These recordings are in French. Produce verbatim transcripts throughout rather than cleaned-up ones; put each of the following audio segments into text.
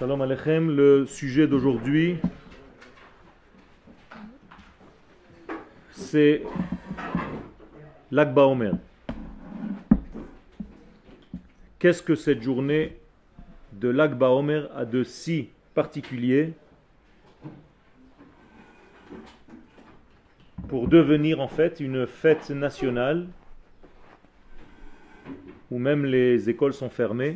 Shalom Aleichem, le sujet d'aujourd'hui, c'est l'Ag BaOmer. Qu'est-ce que cette journée de l'Ag BaOmer a de si particulier pour devenir en fait une fête nationale où même les écoles sont fermées?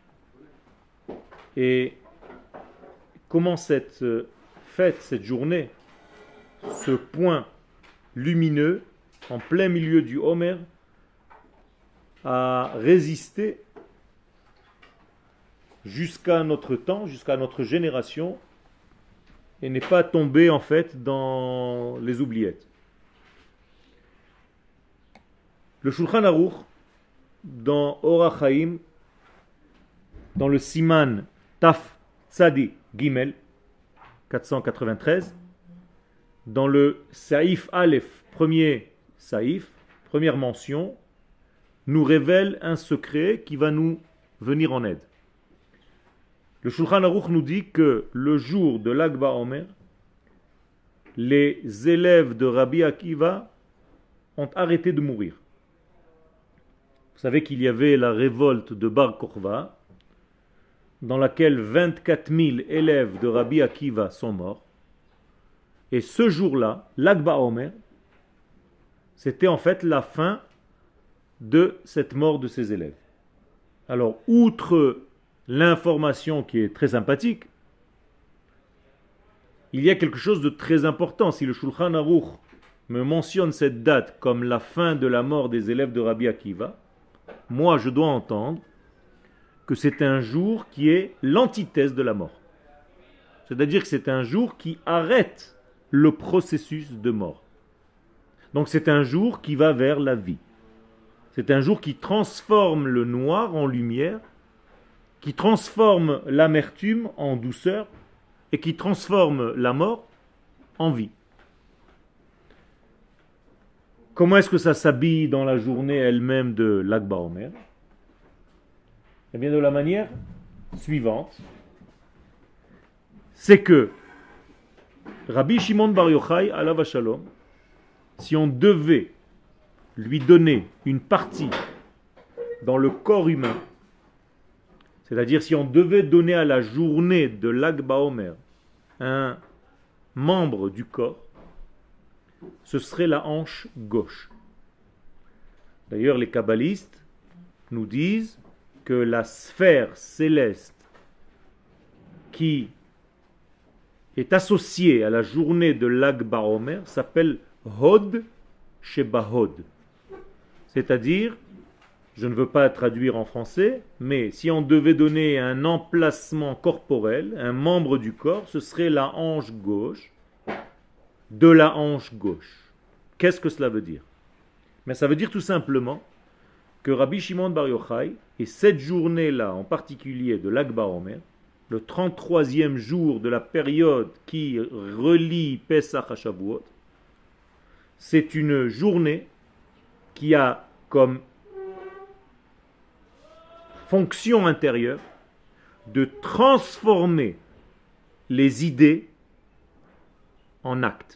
Et comment cette fête, cette journée, ce point lumineux en plein milieu du Homer a résisté jusqu'à notre temps, jusqu'à notre génération, et n'est pas tombé en fait dans les oubliettes. Le Shulchan Aruch, dans Or HaChaim, dans le Siman Taf Tzadi Gimel quatre cent quatre-vingt-treize, dans le Saïf Aleph, premier Saïf, première mention, nous révèle un secret qui va nous venir en aide. Le Shulchan Aruch nous dit que le jour de l'Ag BaOmer, les élèves de Rabbi Akiva ont arrêté de mourir. Vous savez qu'il y avait la révolte de Bar Kokhba, dans laquelle vingt-quatre mille élèves de Rabbi Akiva sont morts. Et ce jour-là, l'Ag BaOmer, c'était en fait la fin de cette mort de ces élèves. Alors, outre l'information qui est très sympathique, il y a quelque chose de très important. Si le Shulchan Aruch me mentionne cette date comme la fin de la mort des élèves de Rabbi Akiva, moi je dois entendre que c'est un jour qui est l'antithèse de la mort. C'est-à-dire que c'est un jour qui arrête le processus de mort. Donc c'est un jour qui va vers la vie. C'est un jour qui transforme le noir en lumière, qui transforme l'amertume en douceur et qui transforme la mort en vie. Comment est-ce que ça s'habille dans la journée elle-même de l'Ag BaOmer? Eh bien, de la manière suivante, c'est que Rabbi Shimon Bar Yochai, alav hashalom, si on devait lui donner une partie dans le corps humain, c'est-à-dire si on devait donner à la journée de l'Ag BaOmer un membre du corps, ce serait la hanche gauche. D'ailleurs, les kabbalistes nous disent que la sphère céleste qui est associée à la journée de l'Ag BaOmer s'appelle Hod Shebahod. C'est-à-dire, je ne veux pas traduire en français, mais si on devait donner un emplacement corporel, un membre du corps, ce serait la hanche gauche de la hanche gauche. Qu'est-ce que cela veut dire? Mais ça veut dire tout simplement que Rabbi Shimon Bar Yochai, et cette journée-là en particulier de l'Ag BaOmer, le trente-troisième jour de la période qui relie Pesach à Shavuot, c'est une journée qui a comme fonction intérieure de transformer les idées en actes.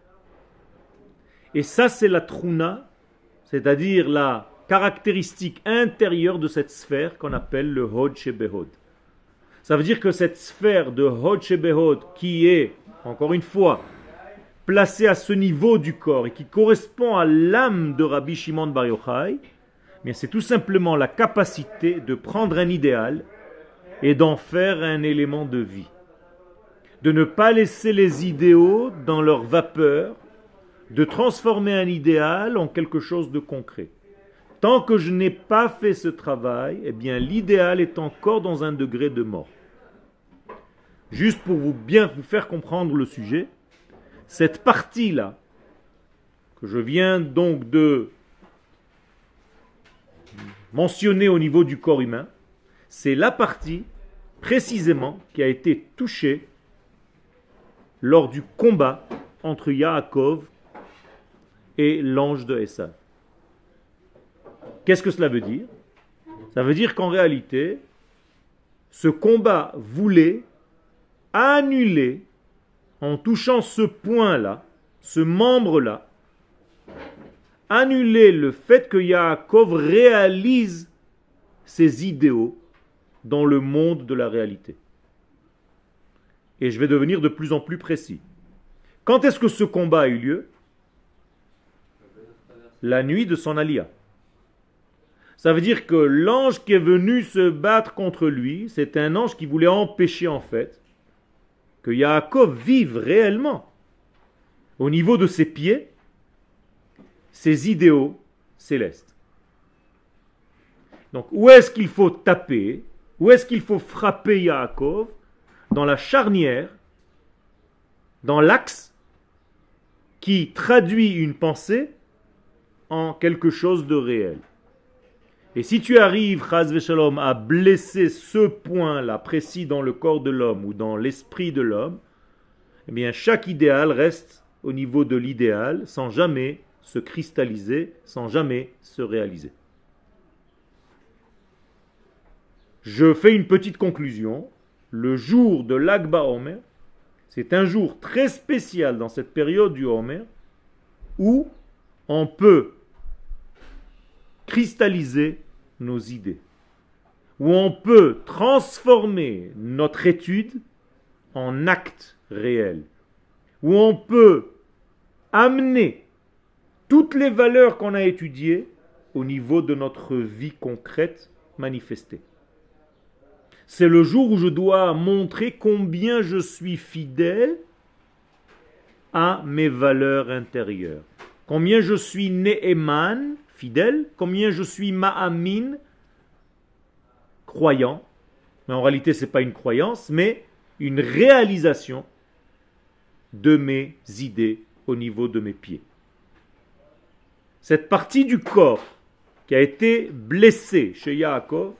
Et ça, c'est la trouna, c'est-à-dire la caractéristique intérieure de cette sphère qu'on appelle le Hod Shebehod. Ça veut dire que cette sphère de Hod Shebehod qui est, encore une fois, placée à ce niveau du corps et qui correspond à l'âme de Rabbi Shimon Bar Yochai, mais c'est tout simplement la capacité de prendre un idéal et d'en faire un élément de vie. De ne pas laisser les idéaux dans leur vapeur, de transformer un idéal en quelque chose de concret. Tant que je n'ai pas fait ce travail, eh bien l'idéal est encore dans un degré de mort. Juste pour vous bien vous faire comprendre le sujet, cette partie-là, que je viens donc de mentionner au niveau du corps humain, c'est la partie précisément qui a été touchée lors du combat entre Yaakov et l'ange de Esav. Qu'est-ce que cela veut dire? Ça veut dire qu'en réalité, ce combat voulait annuler, en touchant ce point-là, ce membre-là, annuler le fait que Yaakov réalise ses idéaux dans le monde de la réalité. Et je vais devenir de plus en plus précis. Quand est-ce que ce combat a eu lieu? La nuit de son alia. Ça veut dire que l'ange qui est venu se battre contre lui, c'est un ange qui voulait empêcher en fait que Yaakov vive réellement au niveau de ses pieds ses idéaux célestes. Donc où est-ce qu'il faut taper? Où est-ce qu'il faut frapper Yaakov? Dans la charnière, dans l'axe qui traduit une pensée en quelque chose de réel. Et si tu arrives, chas v'shalom, à blesser ce point-là précis dans le corps de l'homme ou dans l'esprit de l'homme, eh bien chaque idéal reste au niveau de l'idéal sans jamais se cristalliser, sans jamais se réaliser. Je fais une petite conclusion. Le jour de l'Ag BaOmer, c'est un jour très spécial dans cette période du Omer où on peut cristalliser nos idées, où on peut transformer notre étude en acte réel, où on peut amener toutes les valeurs qu'on a étudiées au niveau de notre vie concrète manifestée. C'est le jour où je dois montrer combien je suis fidèle à mes valeurs intérieures. Combien je suis Ne'eman, fidèle, combien je suis Ma'amin, croyant. Mais en réalité, ce n'est pas une croyance, mais une réalisation de mes idées au niveau de mes pieds. Cette partie du corps qui a été blessée chez Yaakov,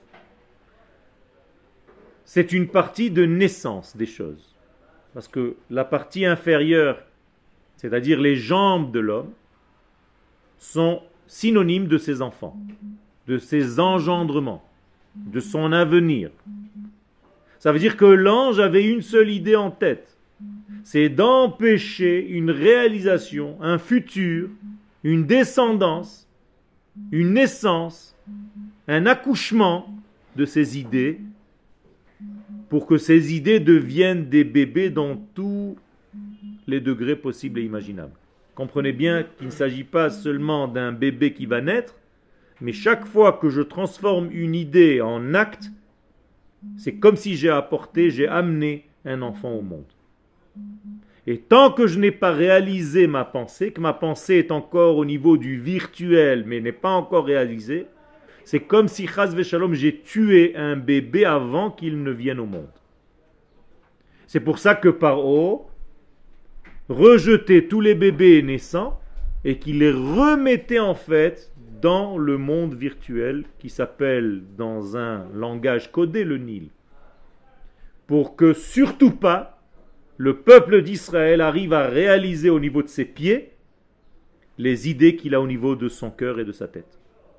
c'est une partie de naissance des choses. Parce que la partie inférieure, c'est-à-dire les jambes de l'homme, sont synonymes de ses enfants, de ses engendrements, de son avenir. Ça veut dire que l'ange avait une seule idée en tête, c'est d'empêcher une réalisation, un futur, une descendance, une naissance, un accouchement de ces idées, pour que ces idées deviennent des bébés dans tous les degrés possibles et imaginables. Comprenez bien qu'il ne s'agit pas seulement d'un bébé qui va naître, mais chaque fois que je transforme une idée en acte, c'est comme si j'ai apporté, j'ai amené un enfant au monde. Et tant que je n'ai pas réalisé ma pensée, que ma pensée est encore au niveau du virtuel, mais n'est pas encore réalisée, c'est comme si, chas v'shalom, j'ai tué un bébé avant qu'il ne vienne au monde. C'est pour ça que Paro rejetait tous les bébés naissants et qu'il les remettait en fait dans le monde virtuel qui s'appelle dans un langage codé le Nil. Pour que surtout pas le peuple d'Israël arrive à réaliser au niveau de ses pieds les idées qu'il a au niveau de son cœur et de sa tête.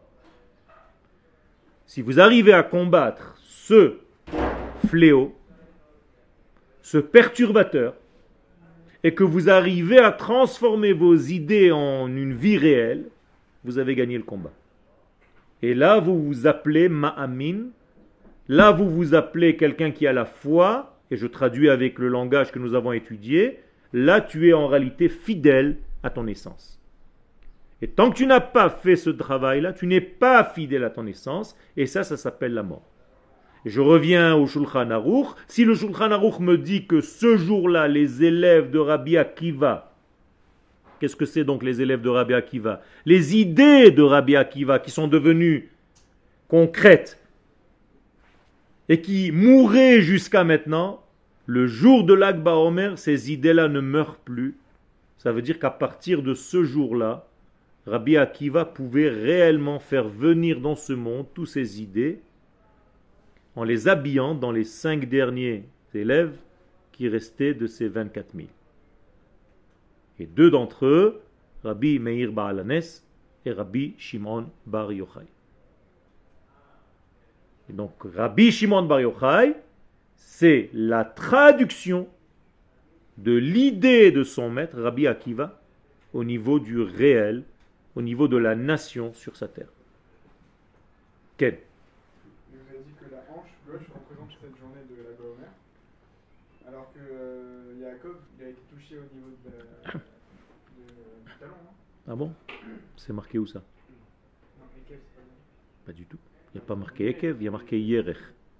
Si vous arrivez à combattre ce fléau, ce perturbateur, et que vous arrivez à transformer vos idées en une vie réelle, vous avez gagné le combat. Et là, vous vous appelez Ma'amin, là, vous vous appelez quelqu'un qui a la foi, et je traduis avec le langage que nous avons étudié, là, tu es en réalité fidèle à ton essence. Et tant que tu n'as pas fait ce travail-là, tu n'es pas fidèle à ton essence, et ça, ça s'appelle la mort. Et je reviens au Shulchan Aruch. Si le Shulchan Aruch me dit que ce jour-là, les élèves de Rabbi Akiva, qu'est-ce que c'est donc les élèves de Rabbi Akiva? Les idées de Rabbi Akiva qui sont devenues concrètes et qui mouraient jusqu'à maintenant, le jour de l'Ag BaOmer, ces idées-là ne meurent plus. Ça veut dire qu'à partir de ce jour-là, Rabbi Akiva pouvait réellement faire venir dans ce monde toutes ces idées en les habillant dans les cinq derniers élèves qui restaient de ces vingt-quatre mille. Et deux d'entre eux, Rabbi Meir Baal Hanes et Rabbi Shimon Bar Yochai. Et donc Rabbi Shimon Bar Yochai c'est la traduction de l'idée de son maître, Rabbi Akiva, au niveau du réel, au niveau de la nation sur sa terre. Quel? Il vous a dit que la hanche gauche représente cette journée de la Gomer, alors que euh, Yaakov, il a été touché au niveau de, de, du talon, non? Ah bon? C'est marqué où ça? Non, Ekev, c'est pas bien. Pas du tout. Il n'y a pas marqué Ekev, il y a marqué Yerech.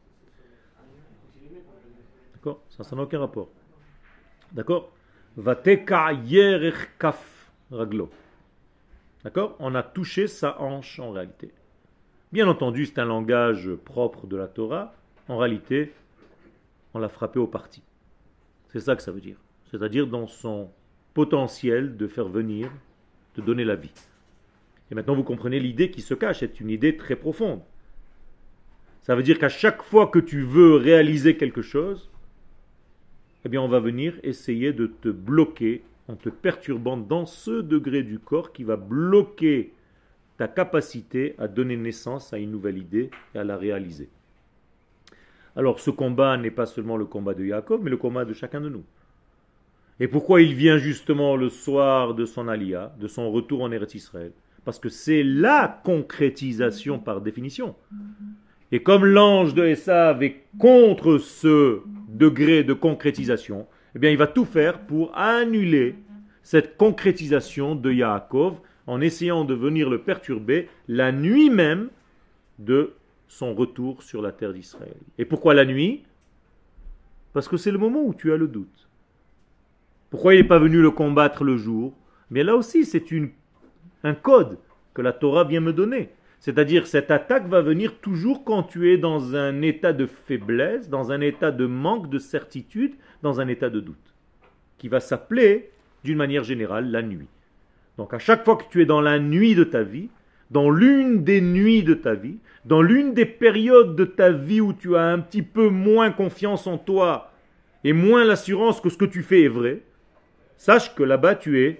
D'accord? Ça, ça n'a aucun rapport. D'accord? Vateka Yerech Kaf Raglo. D'accord? On a touché sa hanche en réalité. Bien entendu, c'est un langage propre de la Torah. En réalité, on l'a frappé au parti. C'est ça que ça veut dire. C'est-à-dire dans son potentiel de faire venir, de donner la vie. Et maintenant, vous comprenez l'idée qui se cache. C'est une idée très profonde. Ça veut dire qu'à chaque fois que tu veux réaliser quelque chose, eh bien, on va venir essayer de te bloquer en te perturbant dans ce degré du corps qui va bloquer ta capacité à donner naissance à une nouvelle idée et à la réaliser. Alors, ce combat n'est pas seulement le combat de Yaakov, mais le combat de chacun de nous. Et pourquoi il vient justement le soir de son alia, de son retour en Eretz Israël? Parce que c'est la concrétisation par définition. Et comme l'ange de Esav est contre ce degré de concrétisation, eh bien il va tout faire pour annuler cette concrétisation de Yaakov en essayant de venir le perturber la nuit même de son retour sur la terre d'Israël. Et pourquoi la nuit? Parce que c'est le moment où tu as le doute. Pourquoi il n'est pas venu le combattre le jour? Mais là aussi c'est une, un code que la Torah vient me donner. C'est-à-dire, cette attaque va venir toujours quand tu es dans un état de faiblesse, dans un état de manque de certitude, dans un état de doute, qui va s'appeler, d'une manière générale, la nuit. Donc, à chaque fois que tu es dans la nuit de ta vie, dans l'une des nuits de ta vie, dans l'une des périodes de ta vie où tu as un petit peu moins confiance en toi et moins l'assurance que ce que tu fais est vrai, sache que là-bas, tu es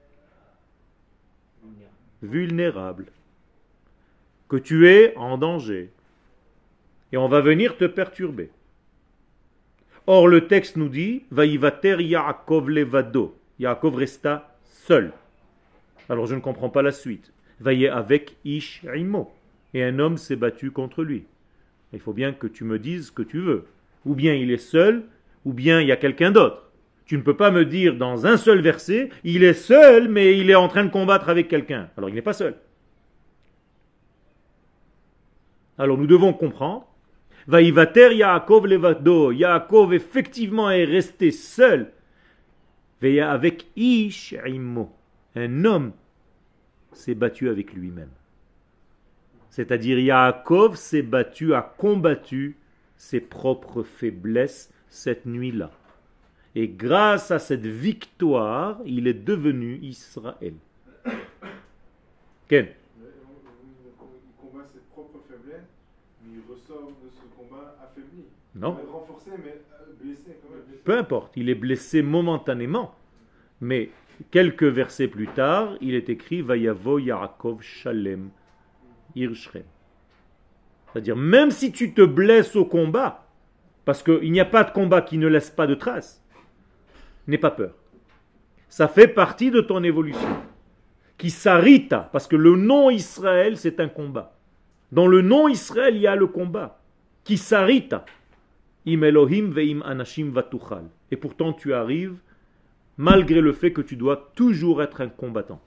vulnérable. Que tu es en danger. Et on va venir te perturber. Or, le texte nous dit, Vaïvater Yaakov levado. Yaakov resta seul. Alors, je ne comprends pas la suite. Vaïe avec Ish Imo. Et un homme s'est battu contre lui. Il faut bien que tu me dises ce que tu veux. Ou bien il est seul, ou bien il y a quelqu'un d'autre. Tu ne peux pas me dire dans un seul verset, il est seul, mais il est en train de combattre avec quelqu'un. Alors, il n'est pas seul. Alors nous devons comprendre, Vaïvater Yaakov levado, Yaakov effectivement est resté seul, Veya avec Ish Imo, un homme s'est battu avec lui-même. C'est-à-dire Yaakov s'est battu, a combattu ses propres faiblesses cette nuit-là. Et grâce à cette victoire, il est devenu Israël. Ken? Il ressort de ce combat affaibli. Non. Renforcé, mais blessé quand même. Peu importe, il est blessé momentanément. Mais quelques versets plus tard, il est écrit Vayavo Yaakov Shalem Irshchem. C'est-à-dire, même si tu te blesses au combat, parce qu'il n'y a pas de combat qui ne laisse pas de traces, n'aie pas peur. Ça fait partie de ton évolution. Qui s'arrita, parce que le nom Israël, c'est un combat. Dans le nom Israël, il y a le combat. Qui s'arrita. Im Elohim ve'im anashim vatuchal. Et pourtant, tu arrives, malgré le fait que tu dois toujours être un combattant.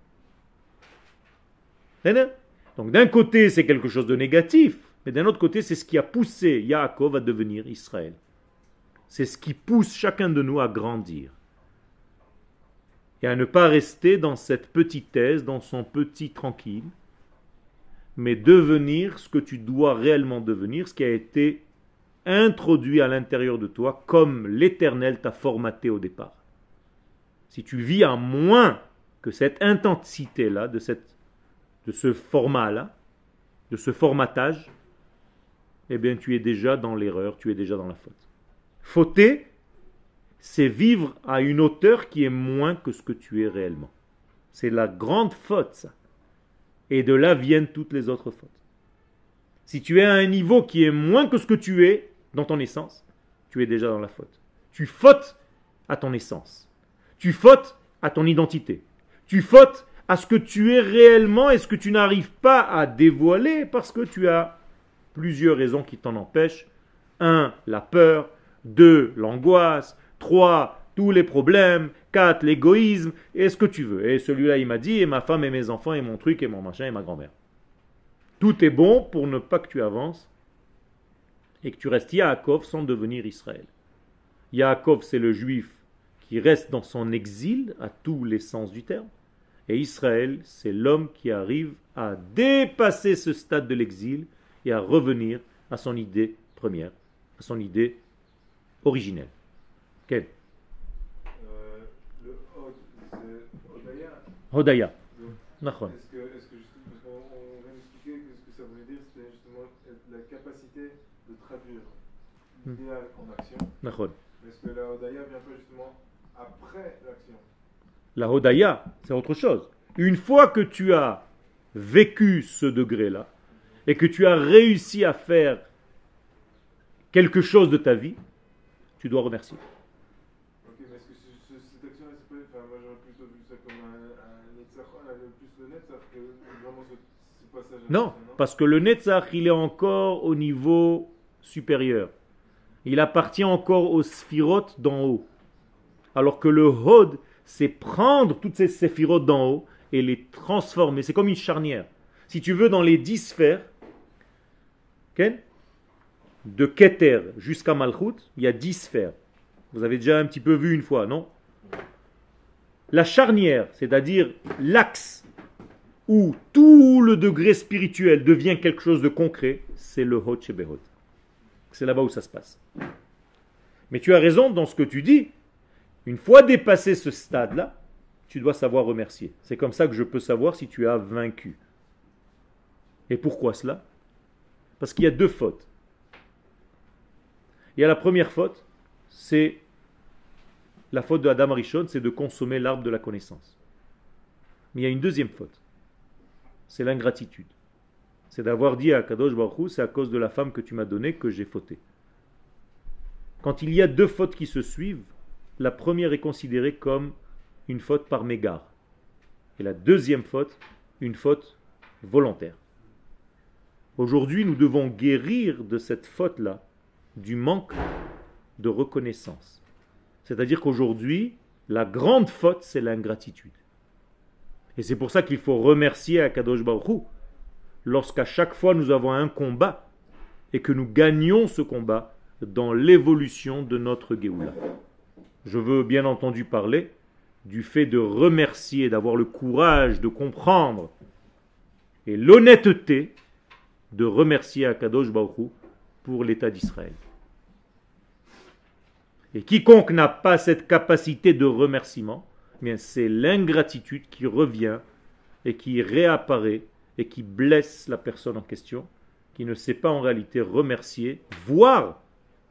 Donc, d'un côté, c'est quelque chose de négatif, mais d'un autre côté, c'est ce qui a poussé Yaakov à devenir Israël. C'est ce qui pousse chacun de nous à grandir. Et à ne pas rester dans cette petitesse, dans son petit tranquille, mais devenir ce que tu dois réellement devenir, ce qui a été introduit à l'intérieur de toi, comme l'Éternel t'a formaté au départ. Si tu vis à moins que cette intensité-là, de, cette, de ce format-là, de ce formatage, eh bien tu es déjà dans l'erreur, tu es déjà dans la faute. Fauter, c'est vivre à une hauteur qui est moins que ce que tu es réellement. C'est la grande faute, ça. Et de là viennent toutes les autres fautes. Si tu es à un niveau qui est moins que ce que tu es dans ton essence, tu es déjà dans la faute. Tu fautes à ton essence. Tu fautes à ton identité. Tu fautes à ce que tu es réellement et ce que tu n'arrives pas à dévoiler parce que tu as plusieurs raisons qui t'en empêchent. Un, la peur. Deux, l'angoisse. Trois, tous les problèmes. Quatre, l'égoïsme. Et ce que tu veux. Et celui-là, il m'a dit, et ma femme et mes enfants, et mon truc, et mon machin, et ma grand-mère. Tout est bon pour ne pas que tu avances et que tu restes Yaakov sans devenir Israël. Yaakov, c'est le juif qui reste dans son exil à tous les sens du terme. Et Israël, c'est l'homme qui arrive à dépasser ce stade de l'exil et à revenir à son idée première, à son idée originelle. Quelle? euh, Le Hod, c'est Hodaya. Hodaya. Donc, Est-ce que, est-ce que justement, parce qu'on on vient d'expliquer que ce que ça voulait dire, c'était justement la capacité de traduire l'idéal en action. Nachon. Mais est-ce que la Hodaya vient pas justement après l'action? La Hodaya, c'est autre chose. Une fois que tu as vécu ce degré-là, et que tu as réussi à faire quelque chose de ta vie, tu dois remercier. Ok, mais est-ce que ce, ce, cette action-là, c'est pas... Enfin, moi j'aurais plutôt vu ça comme un, un Netzach, plus le Netzach que vraiment ce, ce passage. Non, non, parce que le Netzach, il est encore au niveau supérieur. Il appartient encore aux sphirotes d'en haut. Alors que le Hod, c'est prendre toutes ces séphirotes d'en haut et les transformer. C'est comme une charnière. Si tu veux, dans les dix sphères, okay, de Keter jusqu'à Malchut, il y a dix sphères. Vous avez déjà un petit peu vu une fois, non? La charnière, c'est-à-dire l'axe où tout le degré spirituel devient quelque chose de concret, c'est le Hod Shebehod. C'est là-bas où ça se passe. Mais tu as raison dans ce que tu dis. Une fois dépassé ce stade-là, tu dois savoir remercier. C'est comme ça que je peux savoir si tu as vaincu. Et pourquoi cela? Parce qu'il y a deux fautes. Il y a la première faute, c'est la faute de Adam Arishon, c'est de consommer l'arbre de la connaissance. Mais il y a une deuxième faute, c'est l'ingratitude. C'est d'avoir dit à Kadosh Baruch Hu, c'est à cause de la femme que tu m'as donnée que j'ai fauté. Quand il y a deux fautes qui se suivent, la première est considérée comme une faute par mégare. Et la deuxième faute, une faute volontaire. Aujourd'hui, nous devons guérir de cette faute-là, du manque de reconnaissance. C'est-à-dire qu'aujourd'hui, la grande faute, c'est l'ingratitude. Et c'est pour ça qu'il faut remercier Akadosh Baruch Hu lorsqu'à chaque fois nous avons un combat et que nous gagnons ce combat dans l'évolution de notre Géoula. Je veux bien entendu parler du fait de remercier, d'avoir le courage de comprendre et l'honnêteté de remercier Akadosh Baruch Hu pour l'État d'Israël. Et quiconque n'a pas cette capacité de remerciement, eh bien c'est l'ingratitude qui revient et qui réapparaît et qui blesse la personne en question, qui ne sait pas en réalité remercier, voir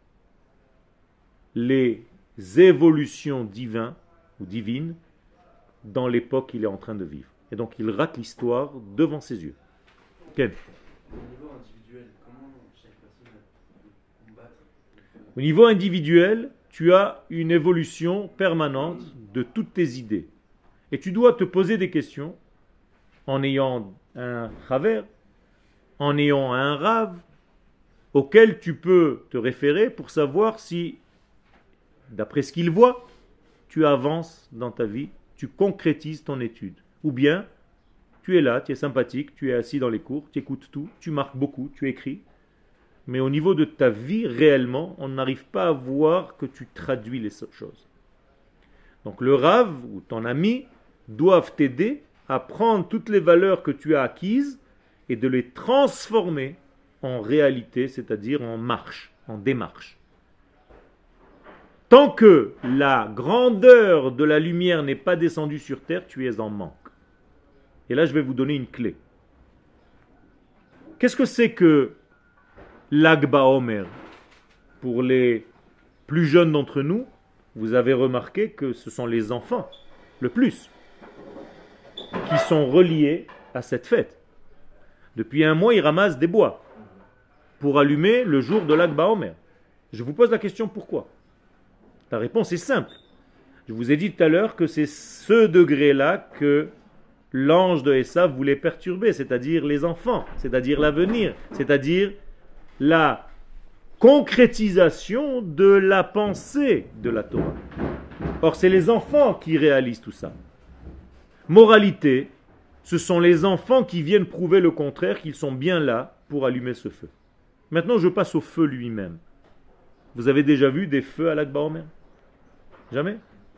les évolutions divines ou divines dans l'époque qu'il est en train de vivre. Et donc il rate l'histoire devant ses yeux. Ken? Au niveau individuel, comment chaque personne va combattre? Au niveau individuel, tu as une évolution permanente de toutes tes idées. Et tu dois te poser des questions en ayant un chaver, en ayant un rave, auquel tu peux te référer pour savoir si, d'après ce qu'il voit, tu avances dans ta vie, tu concrétises ton étude. Ou bien, tu es là, tu es sympathique, tu es assis dans les cours, tu écoutes tout, tu marques beaucoup, tu écris. Mais au niveau de ta vie, réellement, on n'arrive pas à voir que tu traduis les choses. Donc le Rav ou ton ami doivent t'aider à prendre toutes les valeurs que tu as acquises et de les transformer en réalité, c'est-à-dire en marche, en démarche. Tant que la grandeur de la lumière n'est pas descendue sur terre, tu es en manque. Et là, je vais vous donner une clé. Qu'est-ce que c'est que l'Ag Baomer? Pour les plus jeunes d'entre nous, vous avez remarqué que ce sont les enfants, le plus, qui sont reliés à cette fête. Depuis un mois, ils ramassent des bois pour allumer le jour de l'Ag Baomer. Je vous pose la question pourquoi. La réponse est simple. Je vous ai dit tout à l'heure que c'est ce degré-là que l'ange de Esav voulait perturber, c'est-à-dire les enfants, c'est-à-dire l'avenir, c'est-à-dire la concrétisation de la pensée de la Torah. Or, c'est les enfants qui réalisent tout ça. Moralité, ce sont les enfants qui viennent prouver le contraire, qu'ils sont bien là pour allumer ce feu. Maintenant, je passe au feu lui-même. Vous avez déjà vu des feux à Lag BaOmer? Jamais?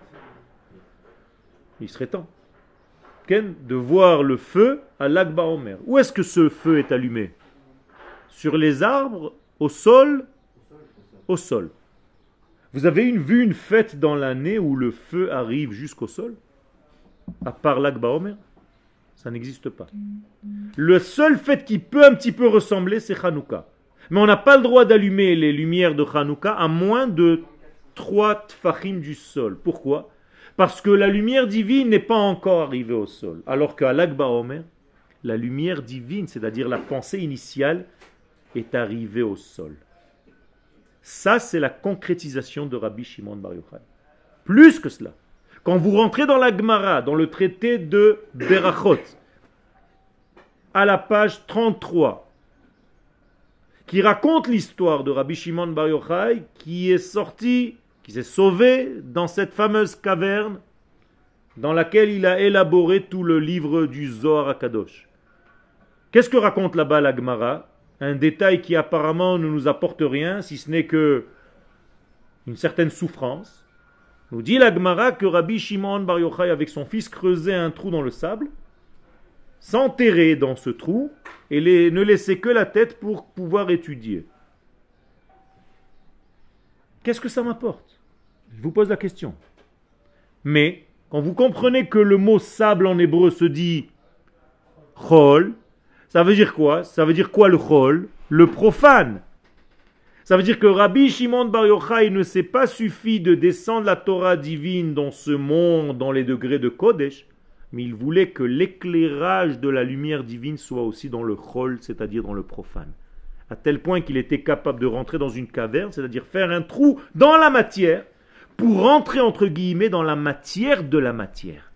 Il serait temps de voir le feu à Lag BaOmer. Où est-ce que ce feu est allumé? Sur les arbres, au sol? Au sol. Vous avez une, vu une fête dans l'année où le feu arrive jusqu'au sol? À part Lag BaOmer? Ça n'existe pas. Le seul fête qui peut un petit peu ressembler, c'est Hanouka. Mais on n'a pas le droit d'allumer les lumières de Hanouka à moins de trois tfachim du sol. Pourquoi? Parce que la lumière divine n'est pas encore arrivée au sol. Alors qu'à Lag BaOmer, la lumière divine, c'est-à-dire la pensée initiale, est arrivée au sol. Ça, c'est la concrétisation de Rabbi Shimon Bar Yochai. Plus que cela. Quand vous rentrez dans la Gemara, dans le traité de Berachot, à la page trente-trois, qui raconte l'histoire de Rabbi Shimon Bar Yochai, qui est sorti, qui s'est sauvé dans cette fameuse caverne dans laquelle il a élaboré tout le livre du Zohar HaKadosh. Qu'est-ce que raconte là-bas la Gemara? Un détail qui apparemment ne nous apporte rien, si ce n'est que une certaine souffrance. Nous dit la Gemara que Rabbi Shimon Bar Yochai avec son fils creusait un trou dans le sable, s'enterrait dans ce trou et les, ne laissait que la tête pour pouvoir étudier. Qu'est-ce que ça m'apporte? Je vous pose la question. Mais, quand vous comprenez que le mot sable en hébreu se dit chol, ça veut dire quoi? Ça veut dire quoi le chol? Le profane. Ça veut dire que Rabbi Shimon Bar Yochai ne s'est pas suffi de descendre la Torah divine dans ce monde, dans les degrés de Kodesh, mais il voulait que l'éclairage de la lumière divine soit aussi dans le chol, c'est-à-dire dans le profane. À tel point qu'il était capable de rentrer dans une caverne, c'est-à-dire faire un trou dans la matière, pour rentrer entre guillemets dans la matière de la matière.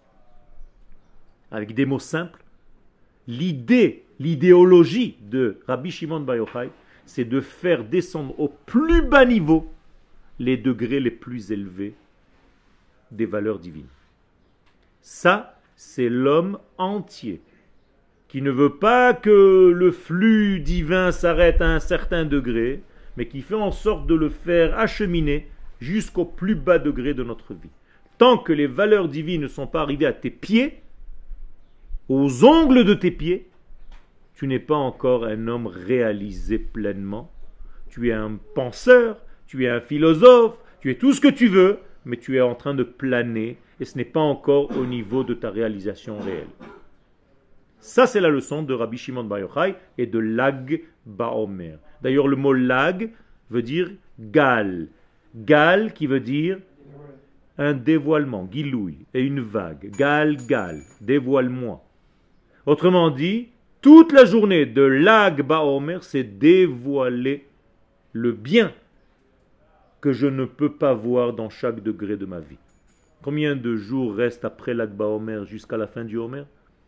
Avec des mots simples, l'idée, l'idéologie de Rabbi Shimon Bar Yochai, c'est de faire descendre au plus bas niveau les degrés les plus élevés des valeurs divines. Ça, c'est l'homme entier qui ne veut pas que le flux divin s'arrête à un certain degré, mais qui fait en sorte de le faire acheminer jusqu'au plus bas degré de notre vie. Tant que les valeurs divines ne sont pas arrivées à tes pieds, aux ongles de tes pieds, tu n'es pas encore un homme réalisé pleinement. Tu es un penseur, tu es un philosophe, tu es tout ce que tu veux, mais tu es en train de planer et ce n'est pas encore au niveau de ta réalisation réelle. Ça, c'est la leçon de Rabbi Shimon Bar Yochai et de Lag BaOmer. D'ailleurs, le mot Lag veut dire gal. Gal qui veut dire un dévoilement, gilouï, et une vague. Gal, gal, dévoile-moi. Autrement dit, toute la journée de Lag BaOmer, c'est dévoiler le bien que je ne peux pas voir dans chaque degré de ma vie. Combien de jours restent après Lag BaOmer jusqu'à la fin du Homer?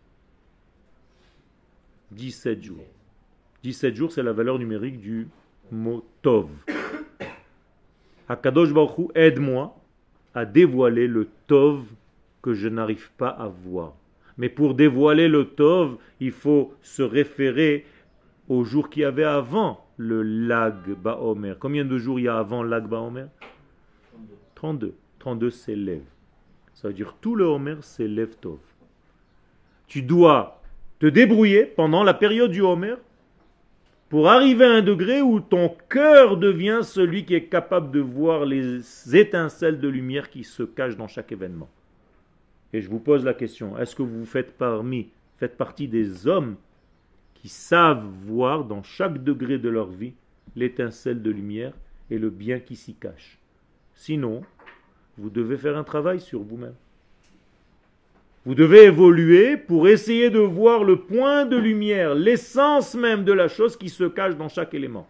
dix-sept jours. dix-sept jours, c'est la valeur numérique du mot Tov. Hakadosh Baruch Hu, aide-moi à dévoiler le Tov que je n'arrive pas à voir. Mais pour dévoiler le Tov, il faut se référer au jour qu'il y avait avant le Lag BaOmer. Combien de jours il y a avant Lag BaOmer? trente-deux. trente-deux, c'est Lev. Ça veut dire tout le Homer, c'est Lev Tov. Tu dois te débrouiller pendant la période du Homer pour arriver à un degré où ton cœur devient celui qui est capable de voir les étincelles de lumière qui se cachent dans chaque événement. Et je vous pose la question, est-ce que vous faites parmi, faites partie des hommes qui savent voir dans chaque degré de leur vie l'étincelle de lumière et le bien qui s'y cache? Sinon, vous devez faire un travail sur vous-même. Vous devez évoluer pour essayer de voir le point de lumière, l'essence même de la chose qui se cache dans chaque élément.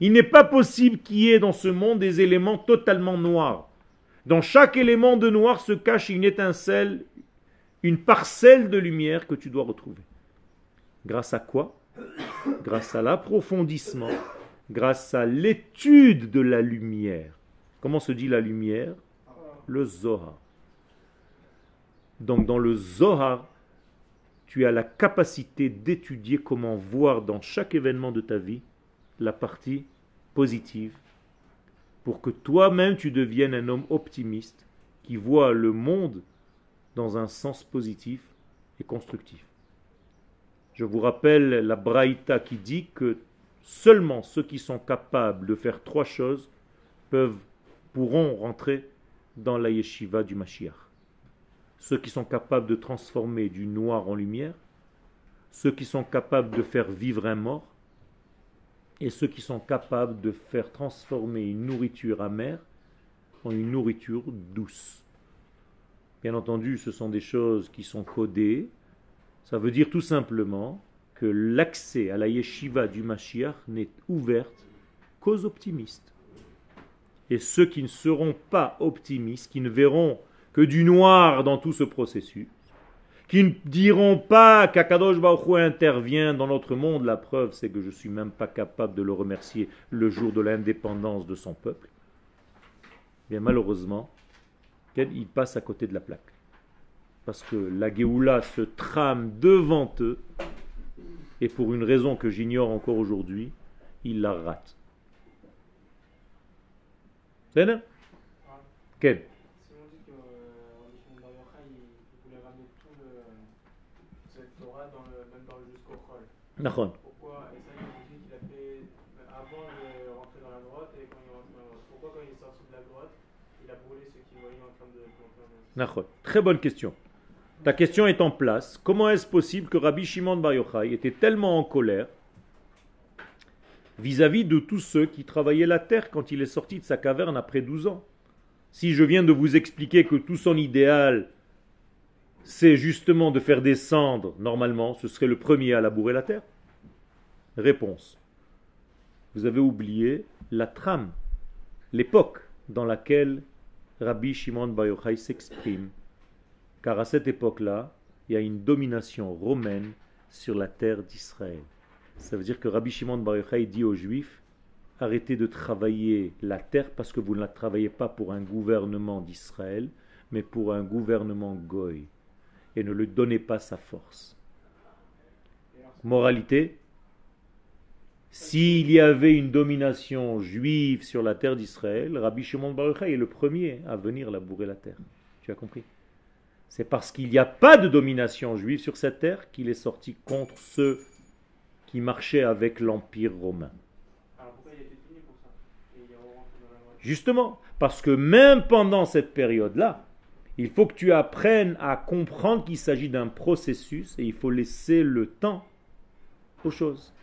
Il n'est pas possible qu'il y ait dans ce monde des éléments totalement noirs. Dans chaque élément de noir se cache une étincelle, une parcelle de lumière que tu dois retrouver. Grâce à quoi? Grâce à l'approfondissement, grâce à l'étude de la lumière. Comment se dit la lumière? Le Zohar. Donc dans le Zohar, tu as la capacité d'étudier comment voir dans chaque événement de ta vie la partie positive pour que toi-même tu deviennes un homme optimiste qui voit le monde dans un sens positif et constructif. Je vous rappelle la Braïta qui dit que seulement ceux qui sont capables de faire trois choses peuvent, pourront rentrer dans la yeshiva du Mashiach. Ceux qui sont capables de transformer du noir en lumière, ceux qui sont capables de faire vivre un mort, et ceux qui sont capables de faire transformer une nourriture amère en une nourriture douce. Bien entendu, ce sont des choses qui sont codées. Ça veut dire tout simplement que l'accès à la yeshiva du Mashiach n'est ouverte qu'aux optimistes. Et ceux qui ne seront pas optimistes, qui ne verront que du noir dans tout ce processus, qui ne diront pas qu'Akadosh Baruch Hu intervient dans notre monde, la preuve c'est que je ne suis même pas capable de le remercier le jour de l'indépendance de son peuple, bien malheureusement, il passe à côté de la plaque. Parce que la Géoula se trame devant eux, et pour une raison que j'ignore encore aujourd'hui, ils la ratent. C'est bien? Quel? Si on dit que euh, Bar Yochai, il voulait ramener tout le, cette Torah dans le, même dans le jusqu'au Chol. D'accord. Pourquoi? Et ça, il dit qu'il a fait avant de rentrer dans la grotte et quand il est rentré dans la grotte. Pourquoi quand il est sorti de la grotte, il a brûlé ce qu'il voyait en train de planter? D'accord. Très bonne question. Ta question est en place. Comment est-ce possible que Rabbi Shimon Bar Yochai était tellement en colère vis-à-vis de tous ceux qui travaillaient la terre quand il est sorti de sa caverne après douze ans? Si je viens de vous expliquer que tout son idéal, c'est justement de faire descendre, normalement, ce serait le premier à labourer la terre? Réponse. Vous avez oublié la trame, l'époque dans laquelle Rabbi Shimon Bar Yochai s'exprime. Car à cette époque-là, il y a une domination romaine sur la terre d'Israël. Ça veut dire que Rabbi Shimon Bar Yochai dit aux Juifs, arrêtez de travailler la terre parce que vous ne la travaillez pas pour un gouvernement d'Israël, mais pour un gouvernement goy. Et ne lui donnez pas sa force. Moralité, s'il y avait une domination juive sur la terre d'Israël, Rabbi Shimon Bar Yochai est le premier à venir labourer la terre. Tu as compris? C'est parce qu'il n'y a pas de domination juive sur cette terre qu'il est sorti contre ceux qui marchaient avec l'Empire romain. Alors pourquoi il était fini pour ça? Et il est rentré dans la grotte? Justement, parce que même pendant cette période-là, il faut que tu apprennes à comprendre qu'il s'agit d'un processus et il faut laisser le temps aux choses.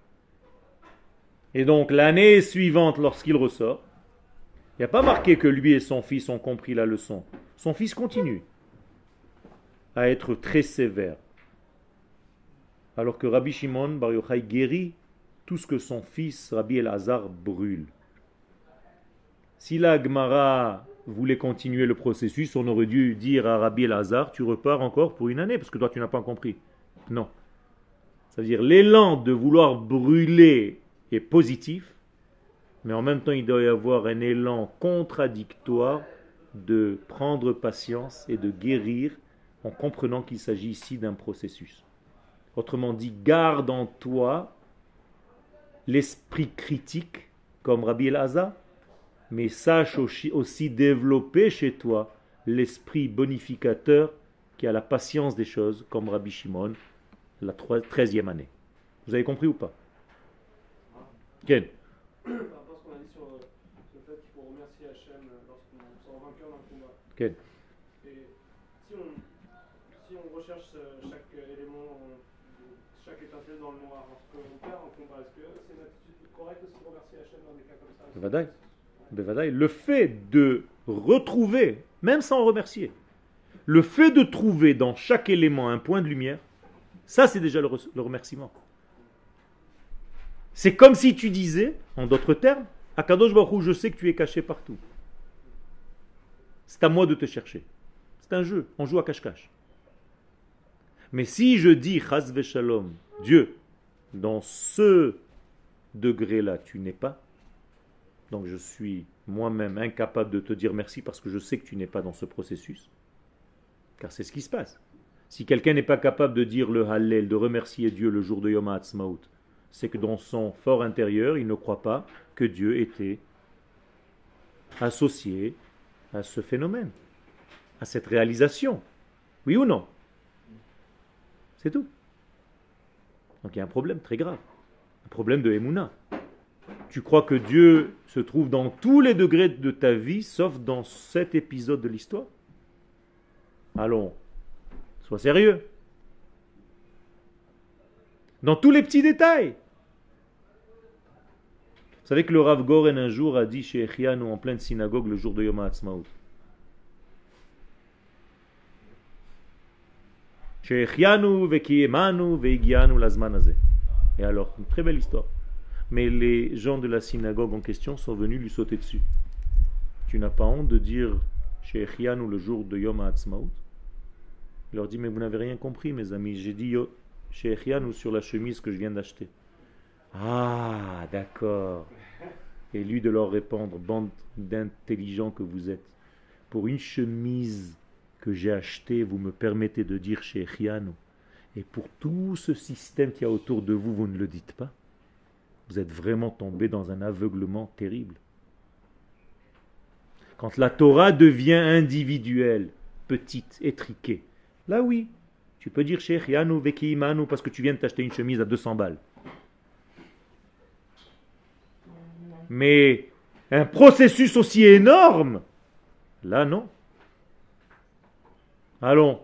Et donc l'année suivante, lorsqu'il ressort, il n'y a pas marqué que lui et son fils ont compris la leçon. Son fils continue à être très sévère. Alors que Rabbi Shimon Bar Yochai guérit tout ce que son fils Rabbi Elazar brûle. Si la Gemara voulait continuer le processus, on aurait dû dire à Rabbi Elazar, tu repars encore pour une année, parce que toi tu n'as pas compris. Non. Ça veut dire l'élan de vouloir brûler est positif, mais en même temps il doit y avoir un élan contradictoire de prendre patience et de guérir en comprenant qu'il s'agit ici d'un processus. Autrement dit, garde en toi l'esprit critique, comme Rabbi Elazar, mais sache aussi développer chez toi l'esprit bonificateur qui a la patience des choses, comme Rabbi Shimon, la treizième année. Vous avez compris ou pas? Ken? Par rapport à ce qu'on a dit sur le fait qu'il faut remercier Hachem lorsqu'on sort vainqueur dans le combat. Ken? Et si on, si on recherche chaque élément, chaque étincelle dans le noir, lorsqu'on perd un combat, est-ce que c'est une attitude correcte aussi de remercier Hachem dans des cas comme ça? Bevadaï. Bevadaï. Le fait de retrouver, même sans remercier, le fait de trouver dans chaque élément un point de lumière, ça c'est déjà le, re- le remerciement. C'est comme si tu disais, en d'autres termes, Akadosh Baruch Hu, je sais que tu es caché partout. C'est à moi de te chercher. C'est un jeu, on joue à cache-cache. Mais si je dis, Chas v'shalom, Dieu, dans ce degré-là, tu n'es pas, donc je suis moi-même incapable de te dire merci parce que je sais que tu n'es pas dans ce processus, car c'est ce qui se passe. Si quelqu'un n'est pas capable de dire le Hallel, de remercier Dieu le jour de Yom HaAtzmaut, c'est que dans son fort intérieur, il ne croit pas que Dieu était associé à ce phénomène, à cette réalisation. Oui ou non? C'est tout. Donc il y a un problème très grave, un problème de Emouna. Tu crois que Dieu se trouve dans tous les degrés de ta vie, sauf dans cet épisode de l'histoire? Allons, sois sérieux. Dans tous les petits détails. Vous savez que le Rav Goren un jour a dit chez Echianu en pleine synagogue le jour de Yom HaAtzmaut. Chez Echianu vekiemanu veigianu lazman hazeh. Et alors, une très belle histoire. Mais les gens de la synagogue en question sont venus lui sauter dessus. Tu n'as pas honte de dire chez Echianu le jour de Yom HaAtzmaut? Il leur dit, mais vous n'avez rien compris mes amis, j'ai dit chez Echianu sur la chemise que je viens d'acheter. Ah, d'accord. Et lui de leur répondre, bande d'intelligents que vous êtes, pour une chemise que j'ai achetée, vous me permettez de dire chez Echianu, et pour tout ce système qu'il y a autour de vous, vous ne le dites pas? Vous êtes vraiment tombé dans un aveuglement terrible. Quand la Torah devient individuelle, petite, étriquée, là oui, tu peux dire chez Echianu veki imanu parce que tu viens de t'acheter une chemise à deux cents balles. Mais un processus aussi énorme, là non. Allons.